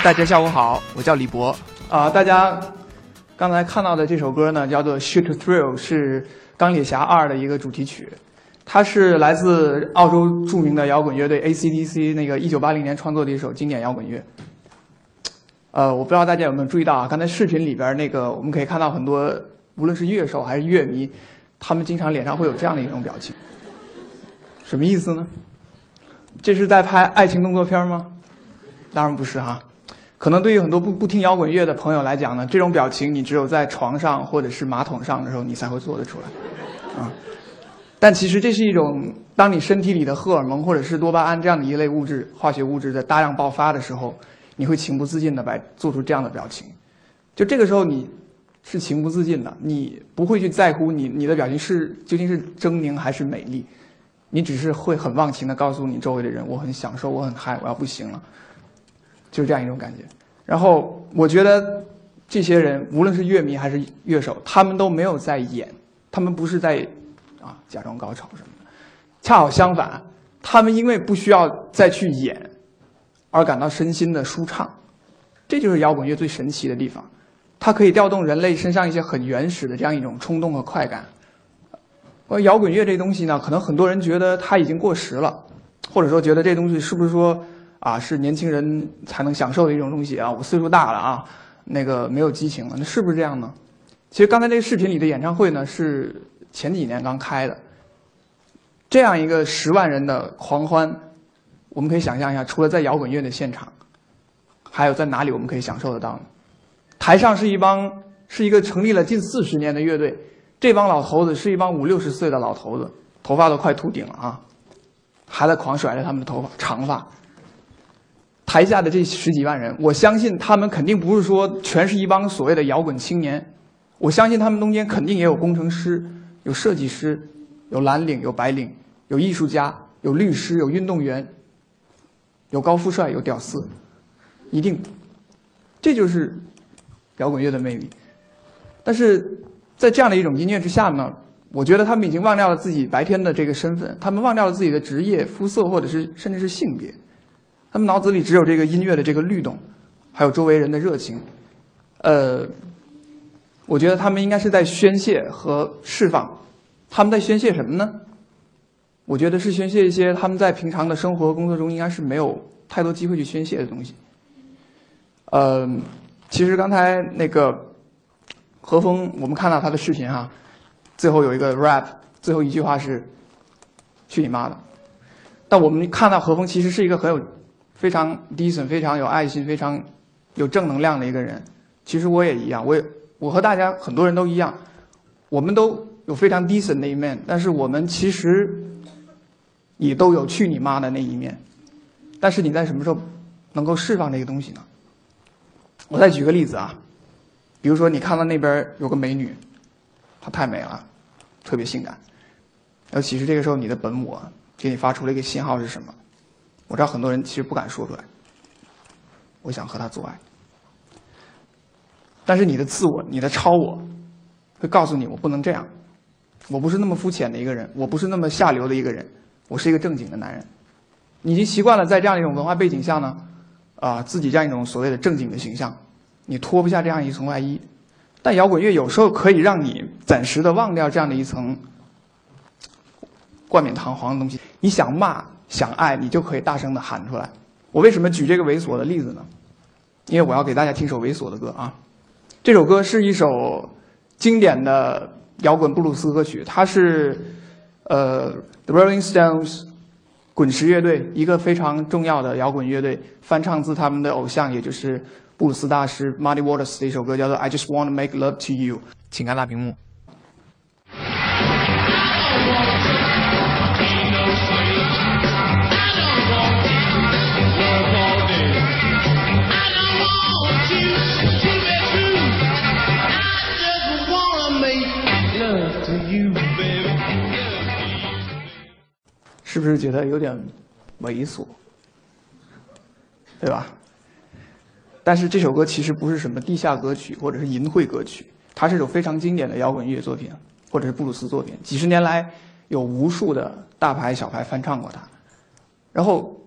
大家下午好，我叫李博。大家刚才看到的这首歌呢，叫做《Shoot to Thrill》，是《钢铁侠2》的一个主题曲。它是来自澳洲著名的摇滚乐队 AC/DC 那个1980年创作的一首经典摇滚乐。我不知道大家有没有注意到啊？刚才视频里边那个，我们可以看到很多，无论是乐手还是乐迷，他们经常脸上会有这样的一种表情。什么意思呢？这是在拍爱情动作片吗？当然不是哈。可能对于很多不听摇滚乐的朋友来讲呢，这种表情你只有在床上或者是马桶上的时候你才会做得出来，但其实这是一种，当你身体里的荷尔蒙或者是多巴胺这样的一类物质、化学物质在大量爆发的时候，你会情不自禁的做出这样的表情。就这个时候你是情不自禁的，你不会去在乎你的表情究竟是狰狞还是美丽，你只是会很忘情的告诉你周围的人，我很享受，我很嗨，我要不行了。就是这样一种感觉。然后我觉得这些人无论是乐迷还是乐手，他们都没有在演，他们不是在假装高潮什么的，恰好相反，他们因为不需要再去演而感到身心的舒畅。这就是摇滚乐最神奇的地方，它可以调动人类身上一些很原始的这样一种冲动和快感。摇滚乐这东西呢，可能很多人觉得它已经过时了，或者说觉得这东西是不是说是年轻人才能享受的一种东西啊？我岁数大了啊，那个没有激情了，那是不是这样呢？其实刚才这个视频里的演唱会呢，是前几年刚开的，这样一个10万人的狂欢，我们可以想象一下，除了在摇滚乐的现场，还有在哪里我们可以享受得到呢？台上是一个成立了近40年的乐队，这帮老头子是一帮50、60岁的老头子，头发都快秃顶了啊，还在狂甩着他们的头发长发。台下的这10几万人，我相信他们肯定不是说全是一帮所谓的摇滚青年，我相信他们中间肯定也有工程师，有设计师，有蓝领，有白领，有艺术家，有律师，有运动员，有高富帅，有屌丝，一定，这就是摇滚乐的魅力。但是在这样的一种音乐之下呢，我觉得他们已经忘掉了自己白天的这个身份，他们忘掉了自己的职业、肤色，或者是甚至是性别。他们脑子里只有这个音乐的这个律动，还有周围人的热情。我觉得他们应该是在宣泄和释放。他们在宣泄什么呢？我觉得是宣泄一些他们在平常的生活和工作中应该是没有太多机会去宣泄的东西。其实刚才那个何峰，我们看到他的视频哈，最后有一个 rap， 最后一句话是“去你妈的”。但我们看到何峰其实是一个非常 decent、非常有爱心、非常有正能量的一个人。其实我也一样，我和大家很多人都一样，我们都有非常 decent 的一面，但是我们其实也都有去你妈的那一面。但是你在什么时候能够释放这个东西呢？我再举个例子啊，比如说你看到那边有个美女，她太美了，特别性感，尤其是这个时候你的本我给你发出了一个信号是什么？我知道很多人其实不敢说出来，我想和他做爱，但是你的自我、你的超我会告诉你，我不能这样，我不是那么肤浅的一个人，我不是那么下流的一个人，我是一个正经的男人。你已经习惯了在这样一种文化背景下呢，自己这样一种所谓的正经的形象，你脱不下这样一层外衣。但摇滚乐有时候可以让你暂时的忘掉这样的一层冠冕堂皇的东西，你想骂想爱，你就可以大声的喊出来。我为什么举这个猥琐的例子呢？因为我要给大家听首猥琐的歌啊。这首歌是一首经典的摇滚布鲁斯歌曲，它是The Rolling Stones 滚石乐队一个非常重要的摇滚乐队翻唱自他们的偶像，也就是布鲁斯大师 Muddy Waters 的一首歌，叫做 I Just Want to Make Love to You。 请看大屏幕。是不是觉得有点猥琐，对吧？但是这首歌其实不是什么地下歌曲或者是淫秽歌曲，它是一首非常经典的摇滚乐作品，或者是布鲁斯作品。几十年来，有无数的大牌小牌翻唱过它。然后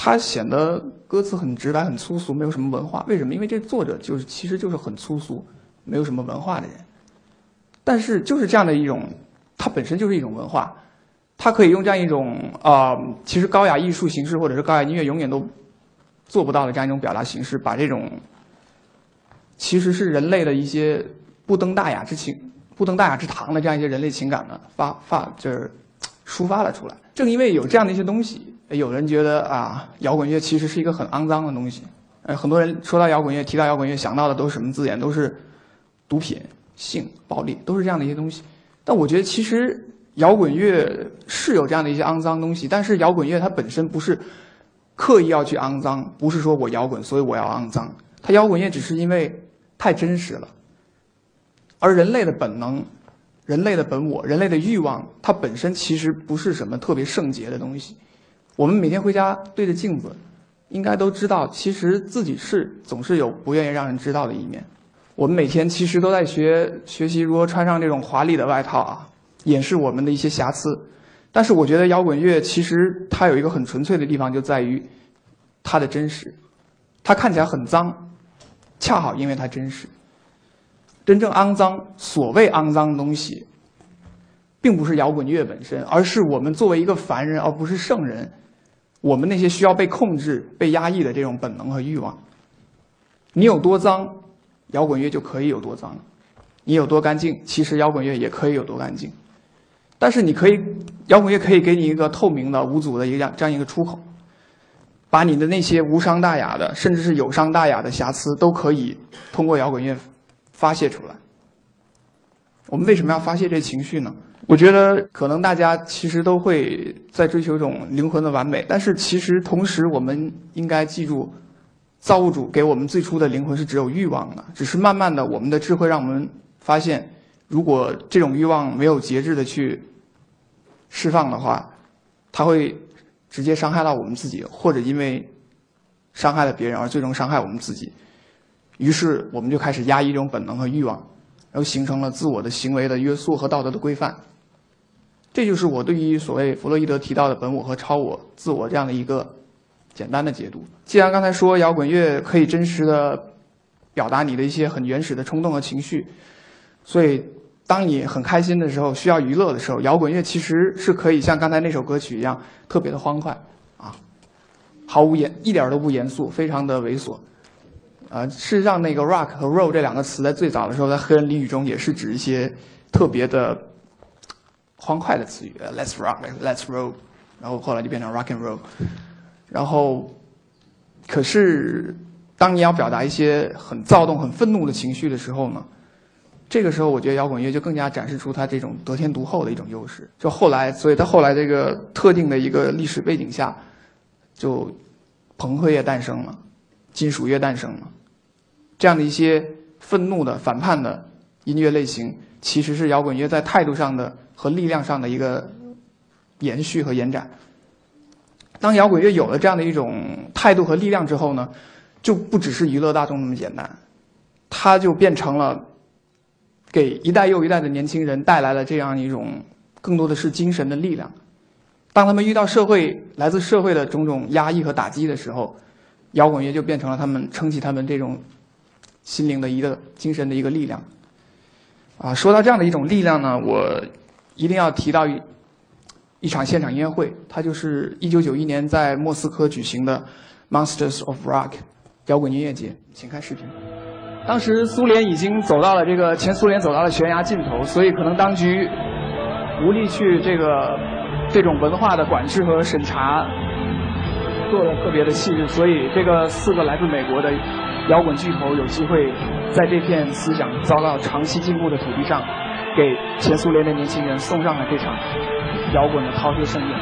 它显得歌词很直白、很粗俗，没有什么文化。为什么？因为这作者其实就是很粗俗、没有什么文化的人。但是就是这样的一种，它本身就是一种文化，它可以用这样一种其实高雅艺术形式或者是高雅音乐永远都做不到的这样一种表达形式，把这种其实是人类的一些不登大雅之堂的这样一些人类情感呢，就是抒发了出来。正因为有这样的一些东西，有人觉得摇滚乐其实是一个很肮脏的东西。很多人说到摇滚乐，提到摇滚乐，想到的都是什么字眼？都是毒品、性、暴力，都是这样的一些东西。但我觉得其实摇滚乐是有这样的一些肮脏东西，但是摇滚乐它本身不是刻意要去肮脏，不是说我摇滚所以我要肮脏。它摇滚乐只是因为太真实了，而人类的本能、人类的本我、人类的欲望，它本身其实不是什么特别圣洁的东西。我们每天回家对着镜子，应该都知道，其实自己总是有不愿意让人知道的一面。我们每天其实都在学习如何穿上这种华丽的外套掩饰我们的一些瑕疵。但是我觉得摇滚乐其实它有一个很纯粹的地方，就在于它的真实。它看起来很脏，恰好因为它真实。真正肮脏，所谓肮脏的东西，并不是摇滚乐本身，而是我们作为一个凡人，而不是圣人，我们那些需要被控制、被压抑的这种本能和欲望。你有多脏，摇滚乐就可以有多脏；你有多干净，其实摇滚乐也可以有多干净。但是摇滚乐可以给你一个透明的、无阻的这样一个出口，把你的那些无伤大雅的，甚至是有伤大雅的瑕疵，都可以通过摇滚乐发泄出来。我们为什么要发泄这情绪呢？我觉得可能大家其实都会在追求一种灵魂的完美，但是其实同时我们应该记住，造物主给我们最初的灵魂是只有欲望的，只是慢慢的我们的智慧让我们发现，如果这种欲望没有节制的去释放的话，它会直接伤害到我们自己，或者因为伤害了别人而最终伤害我们自己。于是我们就开始压抑这种本能和欲望，然后形成了自我的行为的约束和道德的规范。这就是我对于所谓弗洛伊德提到的本我和超我、自我这样的一个简单的解读。既然刚才说摇滚乐可以真实的表达你的一些很原始的冲动和情绪，所以当你很开心的时候，需要娱乐的时候，摇滚乐其实是可以像刚才那首歌曲一样特别的欢快一点都不严肃，非常的猥琐。事实上那个 rock 和 roll 这两个词在最早的时候在黑人俚语中也是指一些特别的欢快的词语 ，let's rock、let's roll， 然后后来就变成 rock and roll。然后，可是当你要表达一些很躁动、很愤怒的情绪的时候呢，这个时候我觉得摇滚乐就更加展示出它这种得天独厚的一种优势。所以它后来这个特定的一个历史背景下，就朋克乐诞生了，金属乐诞生了。这样的一些愤怒的、反叛的音乐类型，其实是摇滚乐在态度上的和力量上的一个延续和延展。当摇滚乐有了这样的一种态度和力量之后呢，就不只是娱乐大众那么简单，它就变成了给一代又一代的年轻人带来了这样一种更多的是精神的力量。当他们遇到来自社会的种种压抑和打击的时候，摇滚乐就变成了他们撑起他们这种心灵的一个精神的一个力量。说到这样的一种力量呢，我一定要提到一场现场音乐会，它就是1991年在莫斯科举行的 Monsters of Rock 摇滚音乐节。请看视频。当时前苏联走到了悬崖尽头，所以可能当局无力去这种文化的管制和审查做得特别的细致，所以这个4个来自美国的摇滚巨头有机会在这片思想遭到长期禁锢的土地上，给前苏联的年轻人送上了这场摇滚的饕餮盛宴。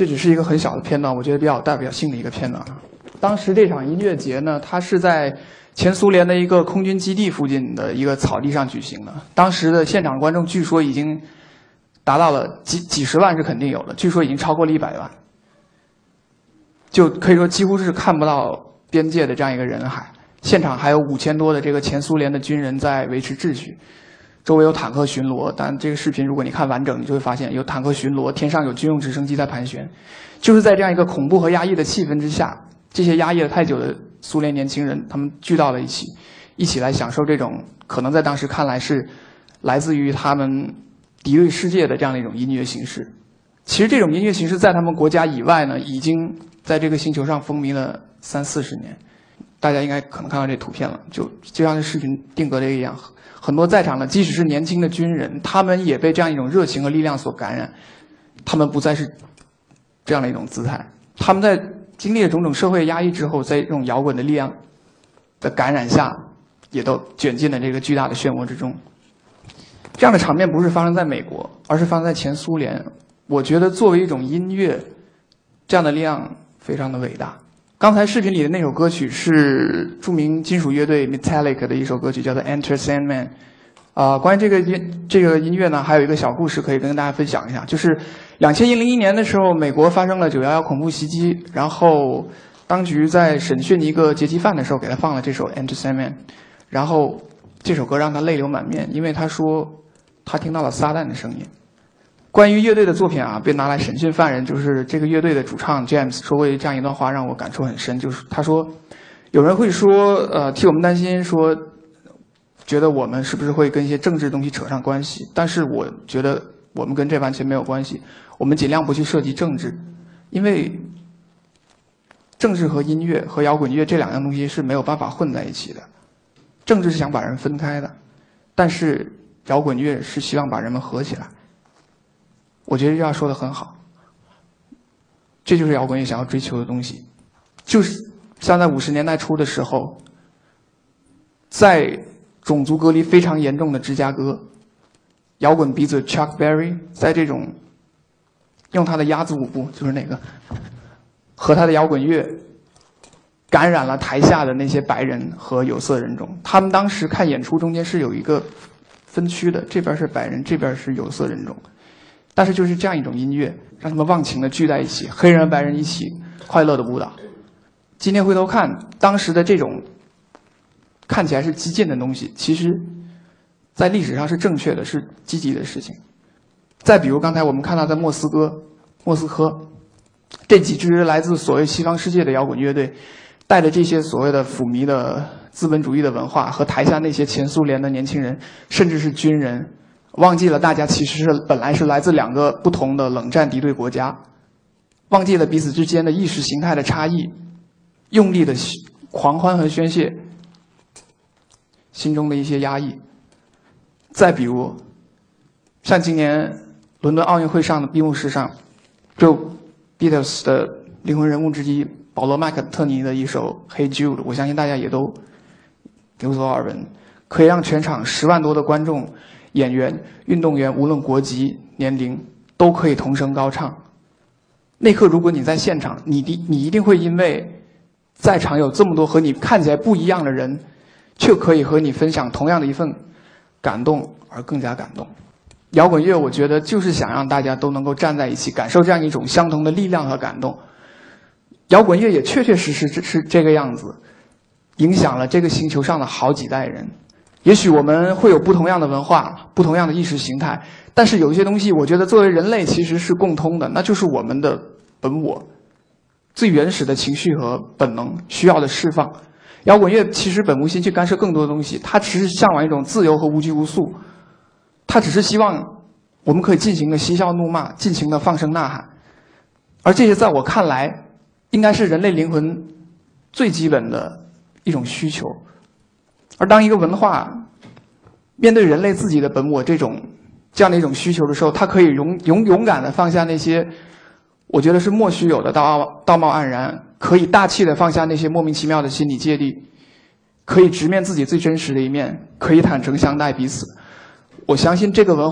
这只是一个很小的片段，我觉得比较有代表性的一个片段。当时这场音乐节呢，它是在前苏联的一个空军基地附近的一个草地上举行的。当时的现场观众据说已经达到了几十万是肯定有的，据说已经超过了100万，就可以说几乎是看不到边界的这样一个人海。现场还有5000多的这个前苏联的军人在维持秩序，周围有坦克巡逻。但这个视频如果你看完整，你就会发现有坦克巡逻，天上有军用直升机在盘旋。就是在这样一个恐怖和压抑的气氛之下，这些压抑了太久的苏联年轻人，他们聚到了一起，一起来享受这种可能在当时看来是来自于他们敌对世界的这样的一种音乐形式。其实这种音乐形式在他们国家以外呢，已经在这个星球上风靡了30-40年。大家应该可能看到这图片了，就像这视频定格的一样，很多在场的即使是年轻的军人，他们也被这样一种热情和力量所感染，他们不再是这样的一种姿态，他们在经历了种种社会压抑之后，在这种摇滚的力量的感染下，也都卷进了这个巨大的漩涡之中。这样的场面不是发生在美国，而是发生在前苏联。我觉得作为一种音乐，这样的力量非常的伟大。刚才视频里的那首歌曲是著名金属乐队 Metallica 的一首歌曲，叫做 Enter Sandman。关于这个音乐呢，还有一个小故事可以跟大家分享一下，就是2001年的时候，美国发生了911恐怖袭击，然后当局在审讯一个劫机犯的时候，给他放了这首 Enter Sandman， 然后这首歌让他泪流满面，因为他说他听到了撒旦的声音。关于乐队的作品被拿来审讯犯人，就是这个乐队的主唱 James 说过这样一段话，让我感触很深。就是他说，有人会说，替我们担心，说觉得我们是不是会跟一些政治东西扯上关系？但是我觉得我们跟这完全没有关系，我们尽量不去涉及政治，因为政治和音乐和摇滚乐这两样东西是没有办法混在一起的。政治是想把人分开的，但是摇滚乐是希望把人们合起来。我觉得这句话说得很好，这就是摇滚乐想要追求的东西。就是像在50年代初的时候，在种族隔离非常严重的芝加哥，摇滚鼻子 Chuck Berry 在这种用他的鸭子舞步，就是那个和他的摇滚乐感染了台下的那些白人和有色人种。他们当时看演出中间是有一个分区的，这边是白人，这边是有色人种。但是就是这样一种音乐，让他们忘情的聚在一起，黑人和白人一起快乐的舞蹈。今天回头看，当时的这种看起来是激进的东西，其实在历史上是正确的，是积极的事情。再比如刚才我们看到在莫斯科这几支来自所谓西方世界的摇滚乐队，带着这些所谓的腐靡的资本主义的文化，和台下那些前苏联的年轻人，甚至是军人，忘记了大家其实本来是来自2个不同的冷战敌对国家，忘记了彼此之间的意识形态的差异，用力的狂欢和宣泄心中的一些压抑。再比如像今年伦敦奥运会上的闭幕式上，就 Beatles 的灵魂人物之一保罗·麦卡特尼的一首 Hey Jude， 我相信大家也都有所耳闻，可以让全场10万多的观众、演员、运动员，无论国籍、年龄，都可以同声高唱。那刻如果你在现场，你一定会因为在场有这么多和你看起来不一样的人，却可以和你分享同样的一份感动而更加感动。摇滚乐我觉得就是想让大家都能够站在一起，感受这样一种相同的力量和感动。摇滚乐也确确实实是这个样子，影响了这个星球上的好几代人。也许我们会有不同样的文化，不同样的意识形态，但是有一些东西我觉得作为人类其实是共通的，那就是我们的本我最原始的情绪和本能需要的释放。摇滚乐其实本无心去干涉更多的东西，它只是向往一种自由和无拘无束，它只是希望我们可以尽情的嬉笑怒骂，尽情的放声呐喊。而这些在我看来应该是人类灵魂最基本的一种需求。而当一个文化面对人类自己的本我这样的一种需求的时候，它可以勇敢的放下那些我觉得是莫须有的道貌岸然，可以大气的放下那些莫名其妙的心理芥蒂，可以直面自己最真实的一面，可以坦诚相待彼此。我相信这个文化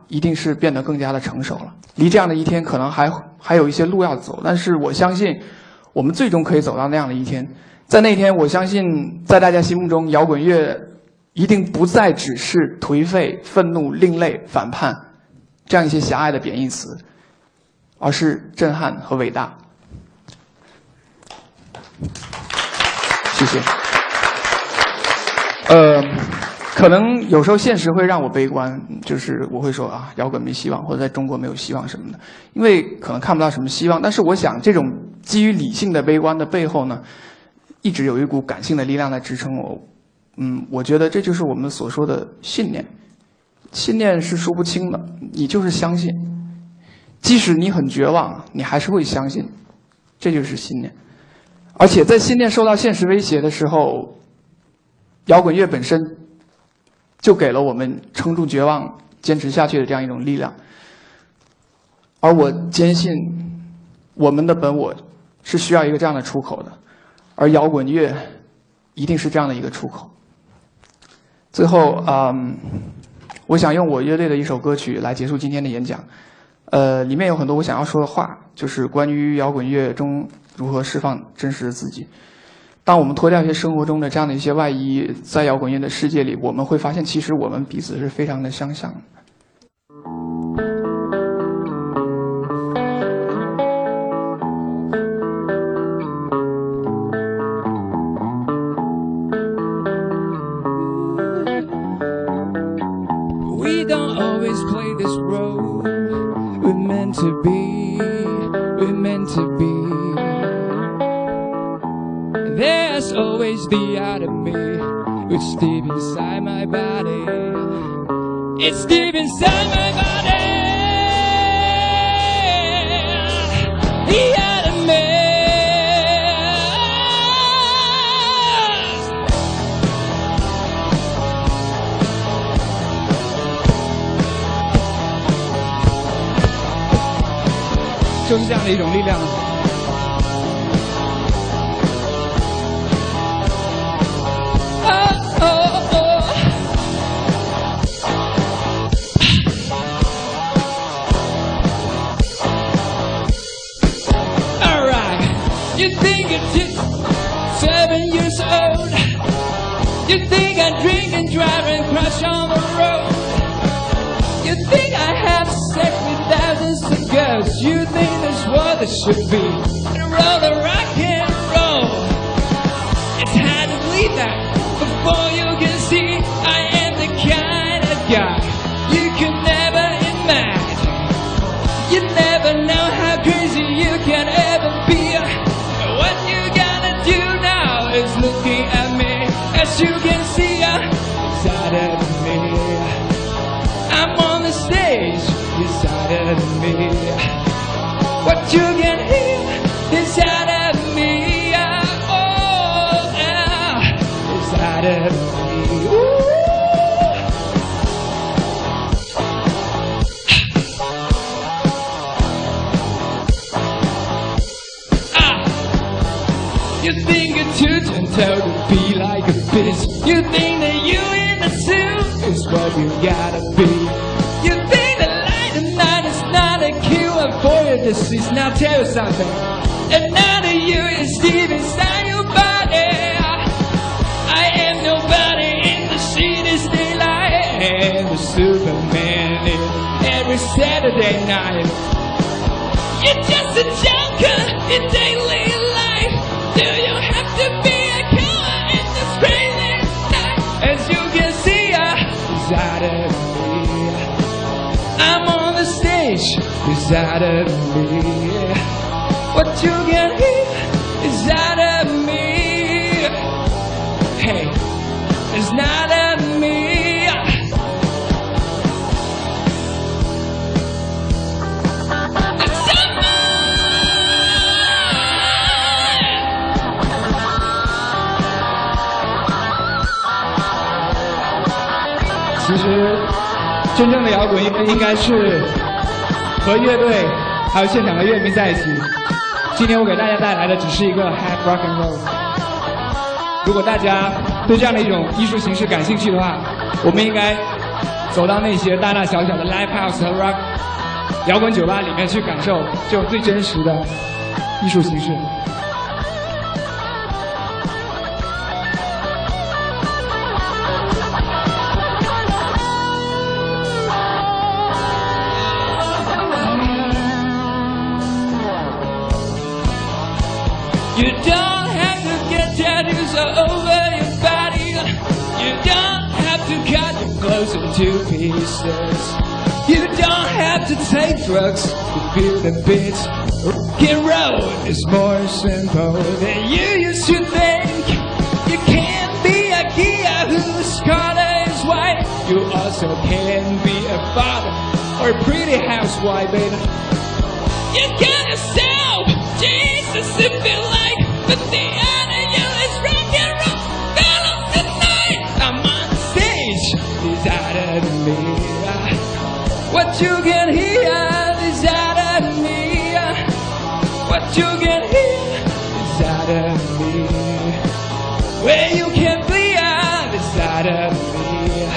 一定是变得更加的成熟了。离这样的一天可能还有一些路要走，但是我相信我们最终可以走到那样的一天。在那天，我相信在大家心目中，摇滚乐一定不再只是颓废、愤怒、另类、反叛这样一些狭隘的贬义词，而是震撼和伟大。谢谢。可能有时候现实会让我悲观，就是我会说啊，摇滚没希望，或者在中国没有希望什么的，因为可能看不到什么希望。但是我想，这种基于理性的悲观的背后呢，一直有一股感性的力量在支撑我。我觉得这就是我们所说的信念。信念是说不清的，你就是相信，即使你很绝望，你还是会相信，这就是信念。而且在信念受到现实威胁的时候，摇滚乐本身就给了我们撑住绝望、坚持下去的这样一种力量。而我坚信，我们的本我是需要一个这样的出口的，而摇滚乐一定是这样的一个出口。最后，我想用我乐队的一首歌曲来结束今天的演讲。里面有很多我想要说的话，就是关于摇滚乐中如何释放真实的自己。当我们脱掉一些生活中的这样的一些外衣，在摇滚乐的世界里，我们会发现，其实我们彼此是非常的相像的。 We don't always play this role. We're meant to be. We're meant to be. There's always the other me, it's deep inside my body. It's deep inside my body. The other me. 就是这样的一种力量。You think you're just 7 years old. You think I drink and drive and crash on the road. You think I have sex with thousands of girls. You think that's what it should be. And roll the rock and roll. It's hard to believe that before you can see I am the kind of guy you could never imagine. You never know how crazy you can ever be. What you gotta do now is looking at me. As you can see, inside of me. I'm on the stage, inside of me. What you can hear, inside of me. Oh, yeah, inside of me. Ooh. You think you're too gentle to be like a bitch. You think that you in the suit is what you gotta be. You think the light of night is not a cure for your disease. Now tell you something. Another you is deep inside your body. I am nobody in the city's daylight. I am the Superman in every Saturday night. You're just a junker in daily life. Do you have to be a killer in this crazy night? As you can see, inside of me. I'm on the stage, inside of me. What you can hear, inside of me. Hey, it's not of me. It's 其实，真正的摇滚乐应该是和乐队还有现场的乐迷在一起。今天我给大家带来的只是一个 half rock and roll。如果大家对这样的一种艺术形式感兴趣的话，我们应该走到那些大大小小的 live house 和 rock 摇滚酒吧里面去感受这种最真实的艺术形式。 You don't have to get tattoos all over your body. You don't have to cut your clothes into pieces. You don't have to take drugs to feel the beats. Rock and roll is more simple than you used to think. You can't be a gear whose color is white. You also can't be a father or a pretty housewife, baby. You got yourself Jesus if you like, but the other you is rock and roll. Fellas tonight, I'm on stage, is out of me. What you can hear is out of me. What you can hear is out of me. Where you can be out is out of me.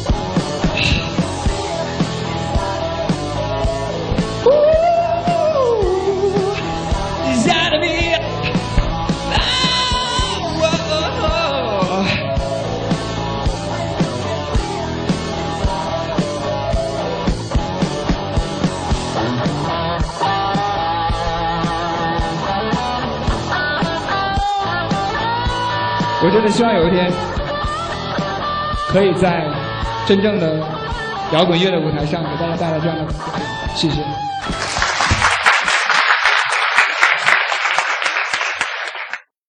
Is out of me. Oh. 我真的希望有一天，可以在真正的摇滚乐的舞台上给大家带来这样的感觉。谢谢。